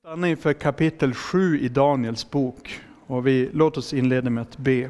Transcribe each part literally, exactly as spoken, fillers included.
Stanna inför kapitel sju i Daniels bok och vi låt oss inleda med att be.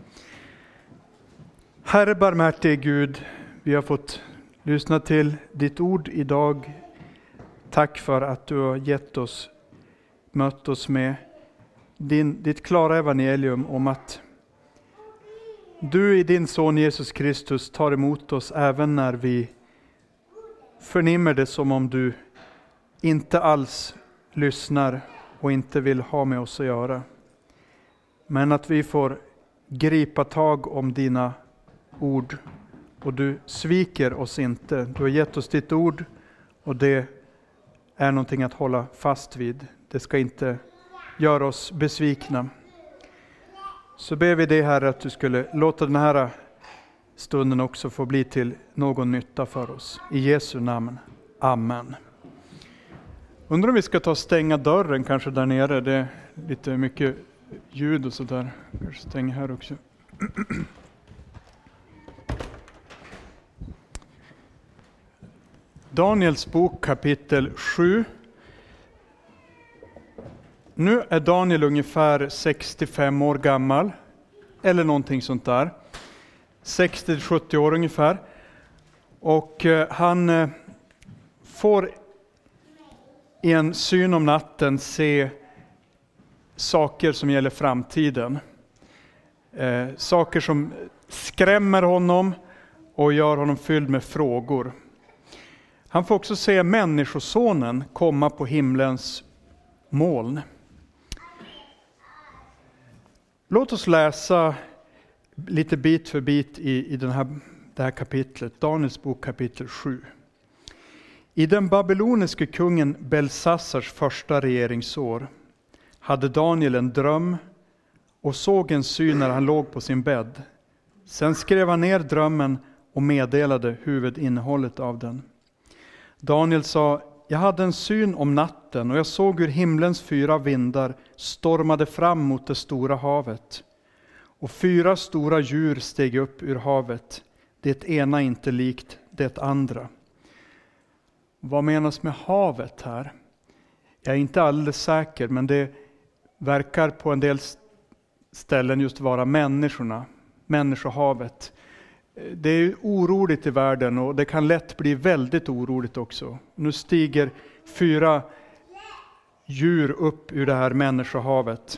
Herre barmhärtige Gud, vi har fått lyssna till ditt ord idag. Tack för att du har gett oss, mött oss med din, ditt klara evangelium om att du i din son Jesus Kristus tar emot oss även när vi förnimmer det som om du inte alls lyssnar och inte vill ha med oss att göra. Men att vi får gripa tag om dina ord och du sviker oss inte. Du har gett oss ditt ord och det är någonting att hålla fast vid. Det ska inte göra oss besvikna. Så ber vi dig, Herre, att du skulle låta den här stunden också få bli till någon nytta för oss. I Jesu namn. Amen. Undrar om vi ska ta och stänga dörren kanske där nere. Det är lite mycket ljud och sådär. Kanske stänga här också. Daniels bok kapitel sju. Nu är Daniel ungefär sextiofem år gammal. Eller någonting sånt där. sextio till sjuttio år ungefär. Och eh, han eh, får i en syn om natten se saker som gäller framtiden. Eh, saker som skrämmer honom och gör honom fylld med frågor. Han får också se människosonen komma på himlens moln. Låt oss läsa lite bit för bit i, i den här, det här kapitlet, Daniels bok kapitel sju. I den babyloniske kungen Belsassars första regeringsår hade Daniel en dröm och såg en syn när han låg på sin bädd. Sen skrev han ner drömmen och meddelade huvudinnehållet av den. Daniel sa: jag hade en syn om natten och jag såg hur himlens fyra vindar stormade fram mot det stora havet. Och fyra stora djur steg upp ur havet, det ena inte likt det andra. Vad menas med havet här? Jag är inte alldeles säker, men det verkar på en del ställen just vara människorna, människohavet. Det är oroligt i världen och det kan lätt bli väldigt oroligt också. Nu stiger fyra djur upp ur det här människohavet.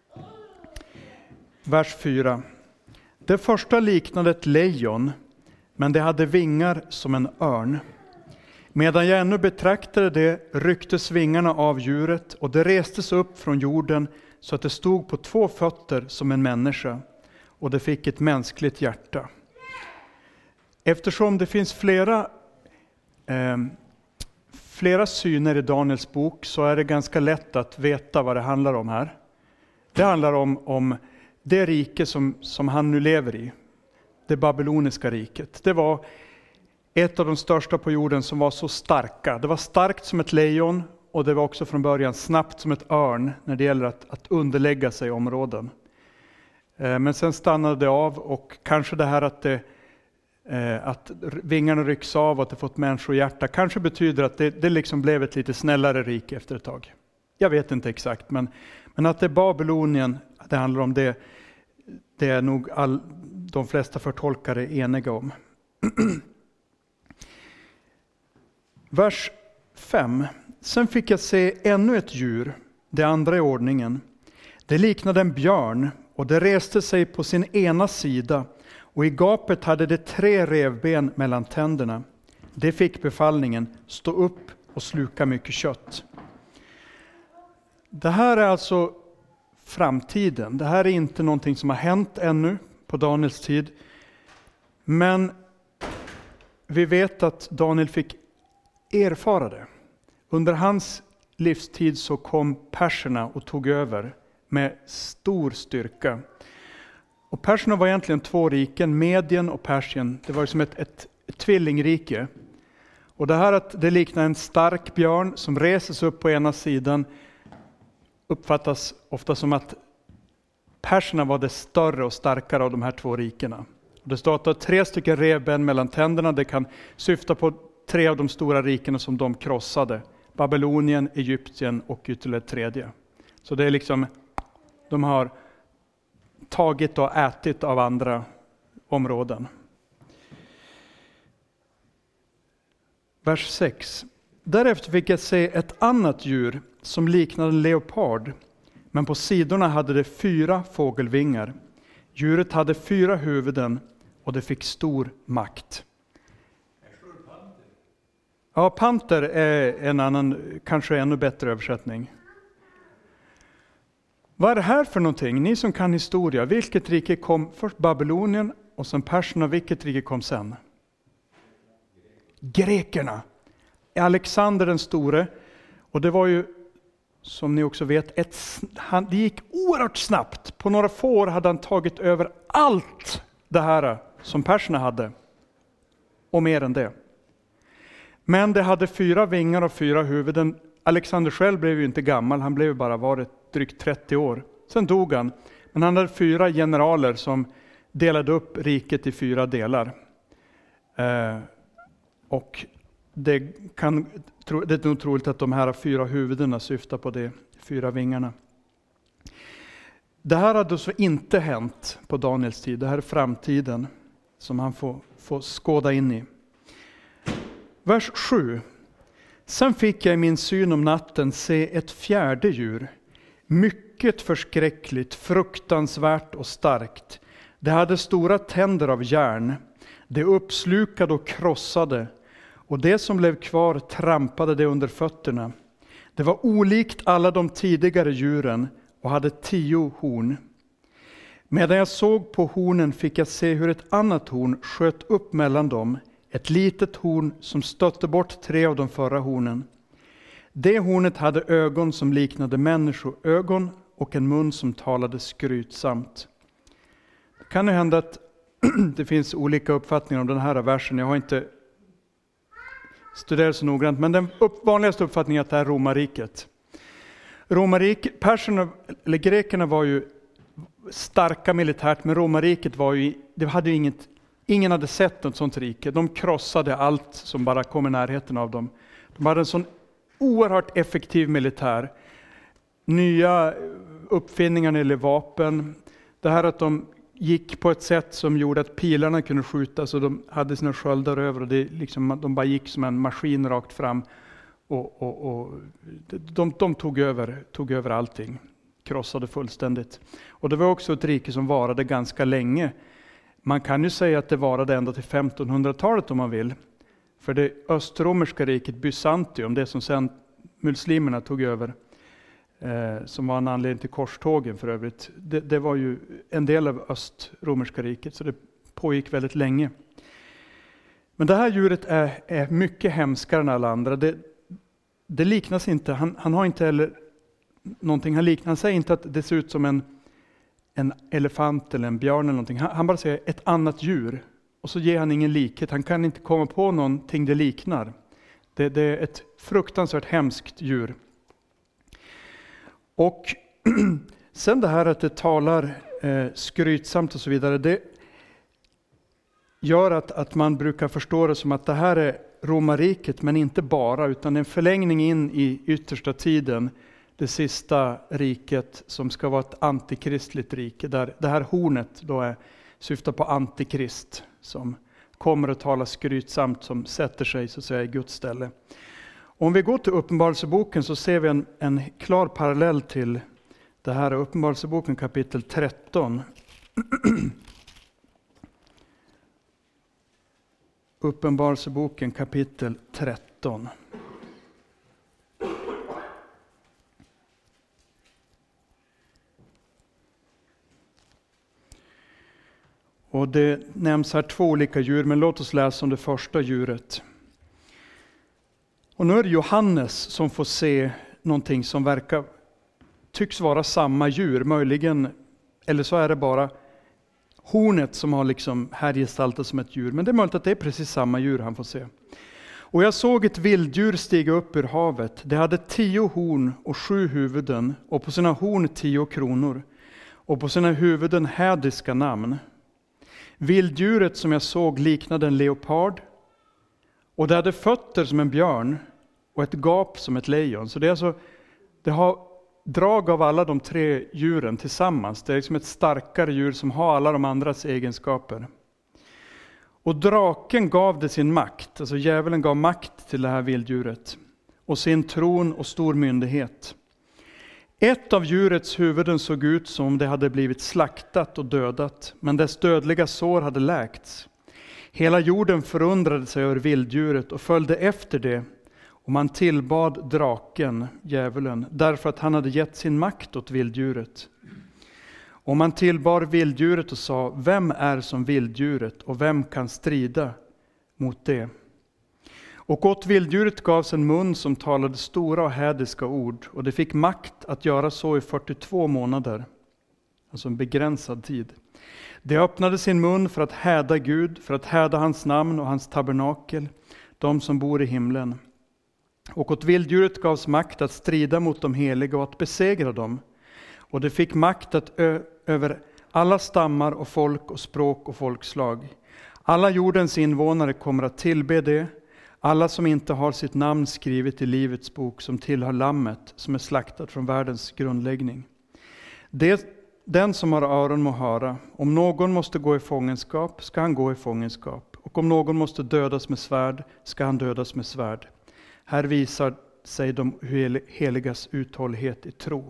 Vers fyra. Det första liknade ett lejon, men det hade vingar som en örn. Medan jag ännu betraktade det rycktes vingarna av djuret och det restes upp från jorden så att det stod på två fötter som en människa och det fick ett mänskligt hjärta. Eftersom det finns flera, eh, flera syner i Daniels bok så är det ganska lätt att veta vad det handlar om här. Det handlar om, om det rike som, som han nu lever i, det babyloniska riket. Det var ett av de största på jorden som var så starka. Det var starkt som ett lejon och det var också från början snabbt som ett örn när det gäller att, att underlägga sig områden. Eh, men sen stannade det av och kanske det här att, det, eh, att vingarna rycks av och att det fått människohjärta kanske betyder att det, det liksom blev ett lite snällare rike efter ett tag. Jag vet inte exakt, men, men att det är Babylonien det handlar om det, det är nog all, de flesta förtolkare eniga om. Vers fem. Sen fick jag se ännu ett djur, det andra i ordningen. Det liknade en björn och det reste sig på sin ena sida och i gapet hade det tre revben mellan tänderna. Det fick befallningen: stå upp och sluka mycket kött. Det här är alltså framtiden. Det här är inte någonting som har hänt ännu på Daniels tid. Men vi vet att Daniel fick erfara det. Under hans livstid så kom perserna och tog över med stor styrka. Och perserna var egentligen två riken, Medien och Persien. Det var som ett, ett, ett tvillingrike. Och det här att det liknar en stark björn som reses upp på ena sidan uppfattas ofta som att perserna var det större och starkare av de här två rikena. Det står att det är tre stycken revben mellan tänderna. Det kan syfta på tre av de stora rikena som de krossade Babylonien, Egypten och ytterligare ett tredje. Så det är liksom, de har tagit och ätit av andra områden. Vers sex. Därefter fick jag se ett annat djur som liknade en leopard, men på sidorna hade det fyra fågelvingar. Djuret hade fyra huvuden och det fick stor makt. Ja, panter är en annan, kanske ännu bättre översättning. Vad är det här för någonting? Ni som kan historia, vilket rike kom först? Babylonien och sen Perserna, vilket rike kom sen? Grekerna. Alexander den store, och det var ju, som ni också vet, ett, han, det gick oerhört snabbt. På några få år hade han tagit över allt det här som perserna hade. Och mer än det. Men det hade fyra vingar och fyra huvuden. Alexander själv blev ju inte gammal, han blev bara varit drygt trettio år. Sen dog han. Men han hade fyra generaler som delade upp riket i fyra delar. Eh, och det, kan, det är nog troligt att de här fyra huvudena syftar på de fyra vingarna. Det här hade så inte hänt på Daniels tid. Det här är framtiden som han får, får skåda in i. Vers sju. Sen fick jag i min syn om natten se ett fjärde djur. Mycket förskräckligt, fruktansvärt och starkt. Det hade stora tänder av järn. Det uppslukade och krossade. Och det som blev kvar trampade det under fötterna. Det var olikt alla de tidigare djuren och hade tio horn. Medan jag såg på hornen fick jag se hur ett annat horn sköt upp mellan dem. Ett litet horn som stötte bort tre av de förra hornen. Det hornet hade ögon som liknade människoögon och en mun som talade skrytsamt. Det kan ju hända att det finns olika uppfattningar om den här versen. Jag har inte studerat så noggrant, men den upp, vanligaste uppfattningen är att det är romarriket. Romarriket, perserna eller grekerna var ju starka militärt, men romarriket var ju, det hade ju inget, ingen hade sett något sånt rike. De krossade allt som bara kom i närheten av dem. De hade en sån oerhört effektiv militär. Nya uppfinningar när det gäller vapen. Det här att de gick på ett sätt som gjorde att pilarna kunde skjuta, så de hade sina sköldar över och det liksom, de bara gick som en maskin rakt fram. Och, och, och de, de tog, över, tog över allting. Krossade fullständigt. Och det var också ett rike som varade ganska länge. Man kan ju säga att det varade ända till femtonhundratalet om man vill. För det östromerska riket Byzantium, det som sen muslimerna tog över, eh, som var en anledning till korstågen för övrigt, det, det var ju en del av östromerska riket, så det pågick väldigt länge. Men det här djuret är, är mycket hemskare än alla andra. Det, det liknas inte, han, han har inte heller någonting, han liknar, han säger inte att det ser ut som en, en elefant eller en björn eller någonting. Han, han bara säger ett annat djur. Och så ger han ingen likhet. Han kan inte komma på någonting det liknar. Det, det är ett fruktansvärt hemskt djur. Och sen det här att det talar eh, skrytsamt och så vidare. Det gör att, att man brukar förstå det som att det här är romarriket, men inte bara, utan en förlängning in i yttersta tiden. Det sista riket som ska vara ett antikristligt rike. Där det här hornet då är, syftar på antikrist. Som kommer att tala skrytsamt, som sätter sig så att säga i Guds ställe. Om vi går till Uppenbarelseboken så ser vi en, en klar parallell till det här. Uppenbarelseboken kapitel tretton. Uppenbarelseboken kapitel tretton. Och det nämns här två olika djur, men låt oss läsa om det första djuret. Och nu är det Johannes som får se någonting som verkar, tycks vara samma djur, möjligen, eller så är det bara hornet som har liksom här gestaltat som ett djur. Men det är möjligt att det är precis samma djur han får se. Och jag såg ett vilddjur stiga upp ur havet. Det hade tio horn och sju huvuden, och på sina horn tio kronor, och på sina huvuden hädiska namn. Vilddjuret som jag såg liknade en leopard, och det hade fötter som en björn och ett gap som ett lejon. Så det är alltså, det har drag av alla de tre djuren tillsammans. Det är liksom ett starkare djur som har alla de andras egenskaper. Och draken gav det sin makt, alltså djävulen gav makt till det här vilddjuret. Och sin tron och stor myndighet. Ett av djurets huvuden såg ut som om det hade blivit slaktat och dödat, men dess dödliga sår hade läkts. Hela jorden förundrade sig över vilddjuret och följde efter det, och man tillbad draken, djävulen, därför att han hade gett sin makt åt vilddjuret. Och man tillbar vilddjuret och sa, vem är som vilddjuret och vem kan strida mot det? Och åt vilddjuret gavs en mun som talade stora och hädiska ord, och det fick makt att göra så i fyrtiotvå månader, alltså en begränsad tid. Det öppnade sin mun för att häda Gud, för att häda hans namn och hans tabernakel, de som bor i himlen. Och åt vilddjuret gavs makt att strida mot de heliga och att besegra dem. Och det fick makt att ö- över alla stammar och folk och språk och folkslag. Alla jordens invånare kommer att tillbe det, alla som inte har sitt namn skrivet i livets bok som tillhör lammet som är slaktat från världens grundläggning. Det, den som har öron må höra, om någon måste gå i fångenskap ska han gå i fångenskap, och om någon måste dödas med svärd ska han dödas med svärd. Här visar sig de heligas uthållighet i tro.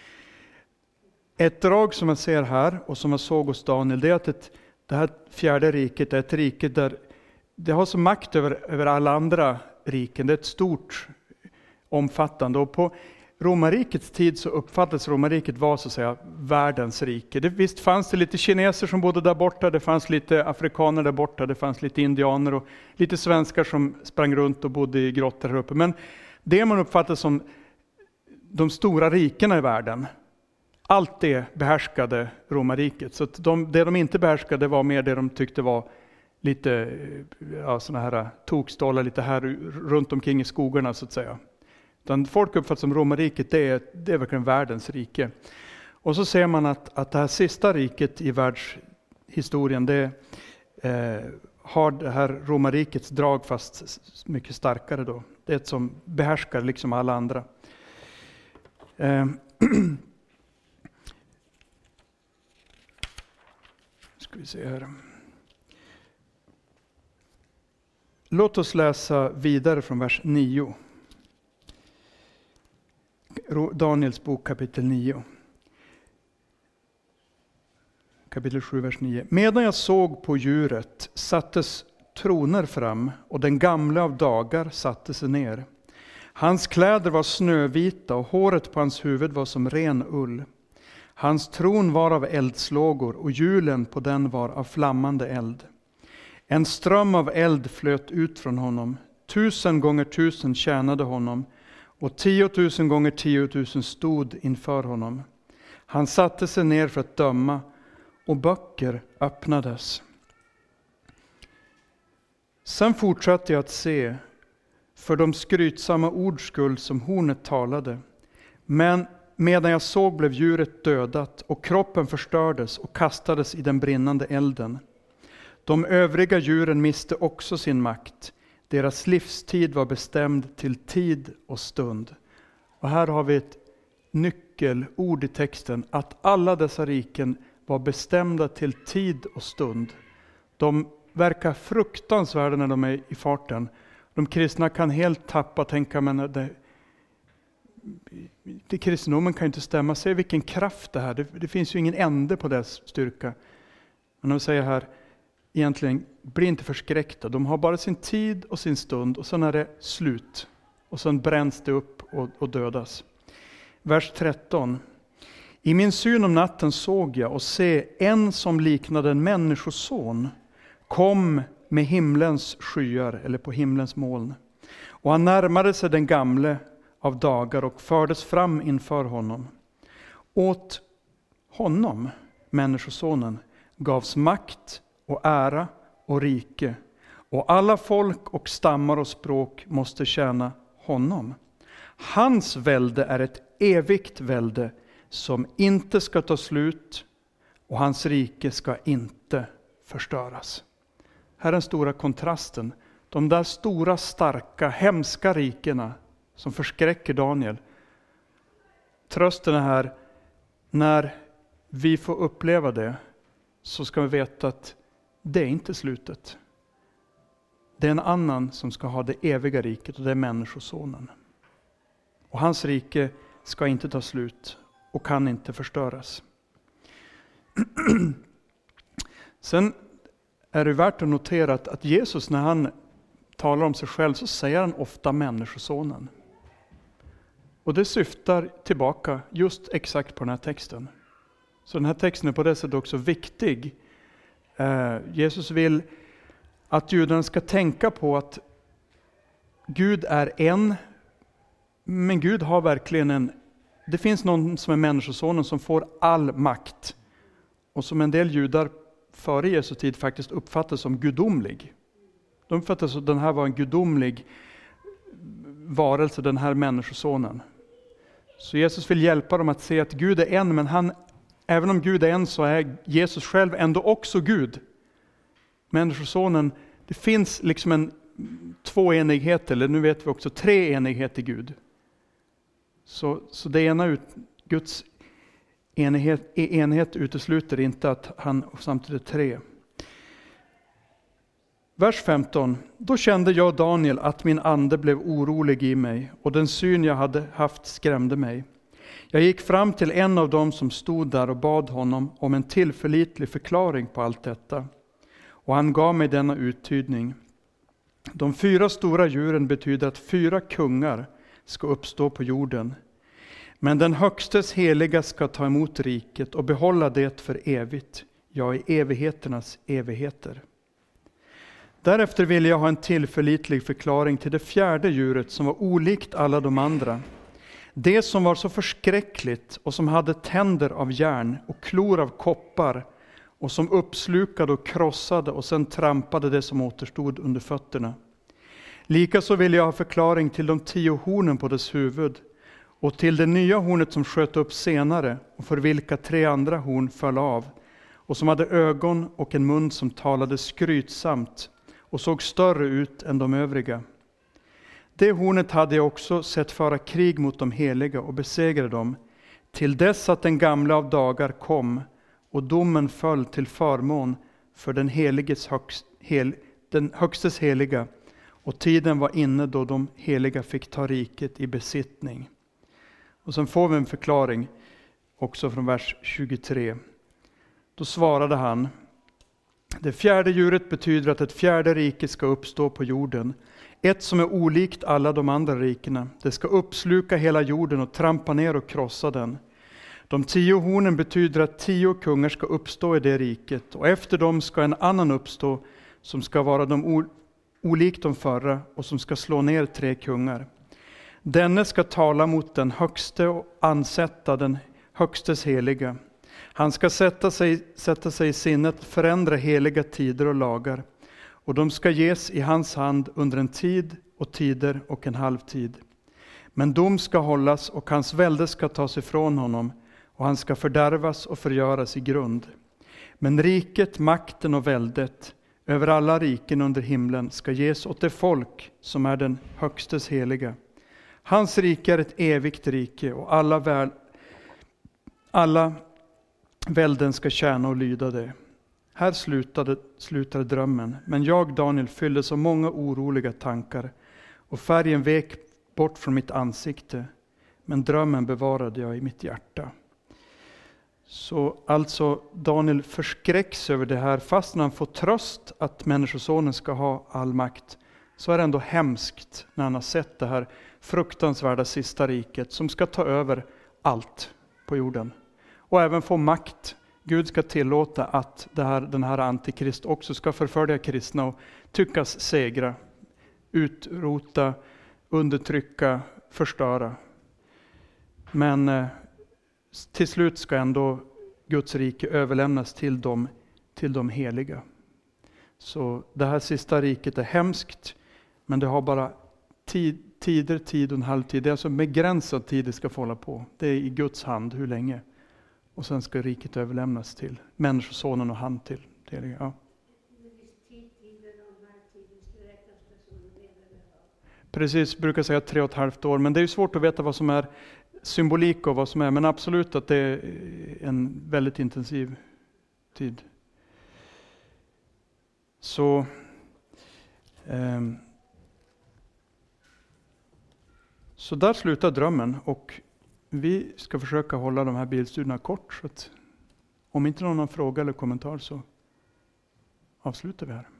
Ett drag som man ser här och som man såg hos Daniel, det är att ett, det här fjärde riket är ett rike där det har så makt över, över alla andra riken. Det är ett stort, omfattande. Och på romarrikets tid så uppfattades romarriket vara så att säga världens rike. Det, visst fanns det lite kineser som bodde där borta, det fanns lite afrikaner där borta, det fanns lite indianer och lite svenskar som sprang runt och bodde i grottor här uppe. Men det man uppfattade som de stora rikena i världen, allt det behärskade romarriket. Så att de, det de inte behärskade var mer det de tyckte var lite ja, såna här tokstålar lite här runt omkring i skogarna så att säga. Utan folk uppfattar som romarriket, det är, det är verkligen världens rike. Och så ser man att, att det här sista riket i världshistorien, det eh, har det här romarrikets drag fast mycket starkare då. Det är ett som behärskar liksom alla andra. Eh, ska vi se här. Låt oss läsa vidare från vers nio. Daniels bok kapitel nio. Kapitel sju, vers nio. Medan jag såg på djuret sattes troner fram och den gamla av dagar satte sig ner. Hans kläder var snövita och håret på hans huvud var som ren ull. Hans tron var av eldslågor och hjulen på den var av flammande eld. En ström av eld flöt ut från honom. Tusen gånger tusen tjänade honom och tiotusen gånger tiotusen stod inför honom. Han satte sig ner för att döma och böcker öppnades. Sen fortsatte jag att se för de skrytsamma ords skull som hornet talade. Men medan jag såg blev djuret dödat och kroppen förstördes och kastades i den brinnande elden. De övriga djuren miste också sin makt. Deras livstid var bestämd till tid och stund. Och här har vi ett nyckelord i texten. Att alla dessa riken var bestämda till tid och stund. De verkar fruktansvärda när de är i farten. De kristna kan helt tappa tänka, men det, det kristendomen kan inte stämma. Se vilken kraft det här. Det, det finns ju ingen ände på dess styrka. Men de säger här, egentligen, bli inte förskräckta. De har bara sin tid och sin stund och sen är det slut. Och sen bränns det upp och, och dödas. Vers tretton. I min syn om natten såg jag och se en som liknade en människoson kom med himlens skyar eller på himlens moln. Och han närmade sig den gamle av dagar och fördes fram inför honom. Åt honom, människosonen, gavs makt och ära och rike. Och alla folk och stammar och språk måste tjäna honom. Hans välde är ett evigt välde som inte ska ta slut och hans rike ska inte förstöras. Här är den stora kontrasten. De där stora, starka, hemska rikena, som förskräcker Daniel. Trösten är här, när vi får uppleva det så ska vi veta att det är inte slutet. Det är en annan som ska ha det eviga riket och det är Människosonen. Och hans rike ska inte ta slut och kan inte förstöras. Sen är det värt att notera att Jesus, när han talar om sig själv, så säger han ofta Människosonen. Och det syftar tillbaka just exakt på den här texten. Så den här texten är på det sättet också viktig. Eh, Jesus vill att judarna ska tänka på att Gud är en, men Gud har verkligen en, det finns någon som är Människosonen som får all makt. Och som en del judar före Jesu tid faktiskt uppfattas som gudomlig. De uppfattas att den här var en gudomlig varelse, den här Människosonen. Så Jesus vill hjälpa dem att se att Gud är en, men han, även om Gud är en så är Jesus själv ändå också Gud. Människosonen, det finns liksom en tvåenighet, eller nu vet vi också treenighet i Gud. Så, så det ena ut, Guds enighet, enhet utesluter inte att han samtidigt är tre. Vers femton. Då kände jag, Daniel, att min ande blev orolig i mig och den syn jag hade haft skrämde mig. Jag gick fram till en av dem som stod där och bad honom om en tillförlitlig förklaring på allt detta. Och han gav mig denna uttydning. De fyra stora djuren betyder att fyra kungar ska uppstå på jorden. Men den högstes heliga ska ta emot riket och behålla det för evigt, ja i evigheternas evigheter. Därefter ville jag ha en tillförlitlig förklaring till det fjärde djuret som var olikt alla de andra. Det som var så förskräckligt och som hade tänder av järn och klor av koppar och som uppslukade och krossade och sen trampade det som återstod under fötterna. Likaså ville jag ha förklaring till de tio hornen på dess huvud och till det nya hornet som sköt upp senare och för vilka tre andra horn föll av och som hade ögon och en mun som talade skrytsamt och såg större ut än de övriga. Det hornet hade jag också sett föra krig mot de heliga och besegrade dem, till dess att den gamla av dagar kom och domen föll till förmån för den, heliges högst, hel, den högstes heliga, och tiden var inne då de heliga fick ta riket i besittning. Och sen får vi en förklaring också från vers tjugotre. Då svarade han: det fjärde djuret betyder att ett fjärde rike ska uppstå på jorden. Ett som är olikt alla de andra rikena. Det ska uppsluka hela jorden och trampa ner och krossa den. De tio hornen betyder att tio kungar ska uppstå i det riket. Och efter dem ska en annan uppstå som ska vara de olikt de förra och som ska slå ner tre kungar. Denne ska tala mot den högste och ansätta den högstes heliga. Han ska sätta sig, sätta sig i sinnet, förändra heliga tider och lagar. Och de ska ges i hans hand under en tid och tider och en halvtid. Men dom ska hållas och hans välde ska tas ifrån honom och han ska fördärvas och förgöras i grund. Men riket, makten och väldet över alla riken under himlen ska ges åt det folk som är den högstes heliga. Hans rike är ett evigt rike och alla, väl, alla välden ska tjäna och lyda det. Här slutade, slutade drömmen, men jag, Daniel, fylldes av många oroliga tankar och färgen vek bort från mitt ansikte, men drömmen bevarade jag i mitt hjärta. Så alltså Daniel förskräcks över det här, fast när han får tröst att Människosonen ska ha all makt, så är det ändå hemskt när han har sett det här fruktansvärda sista riket som ska ta över allt på jorden. Och även få makt. Gud ska tillåta att det här, den här antikrist också ska förfölja kristna och tyckas segra, utrota, undertrycka, förstöra. Men eh, till slut ska ändå Guds rike överlämnas till dem, till de heliga. Så det här sista riket är hemskt, men det har bara tid, tider, tid och en halv tid. Det är alltså begränsad tid det ska få hålla på. Det är i Guds hand hur länge. Och sen ska riket överlämnas till Människosonen och han till heliga. Ja. precis, brukar säga tre och ett halvt år. Men det är ju svårt att veta vad som är symbolik och vad som är. Men absolut att det är en väldigt intensiv tid. Så eh, så där slutar drömmen. Och vi ska försöka hålla de här bildstudierna kort. Så att om inte någon har fråga eller kommentar så avslutar vi här.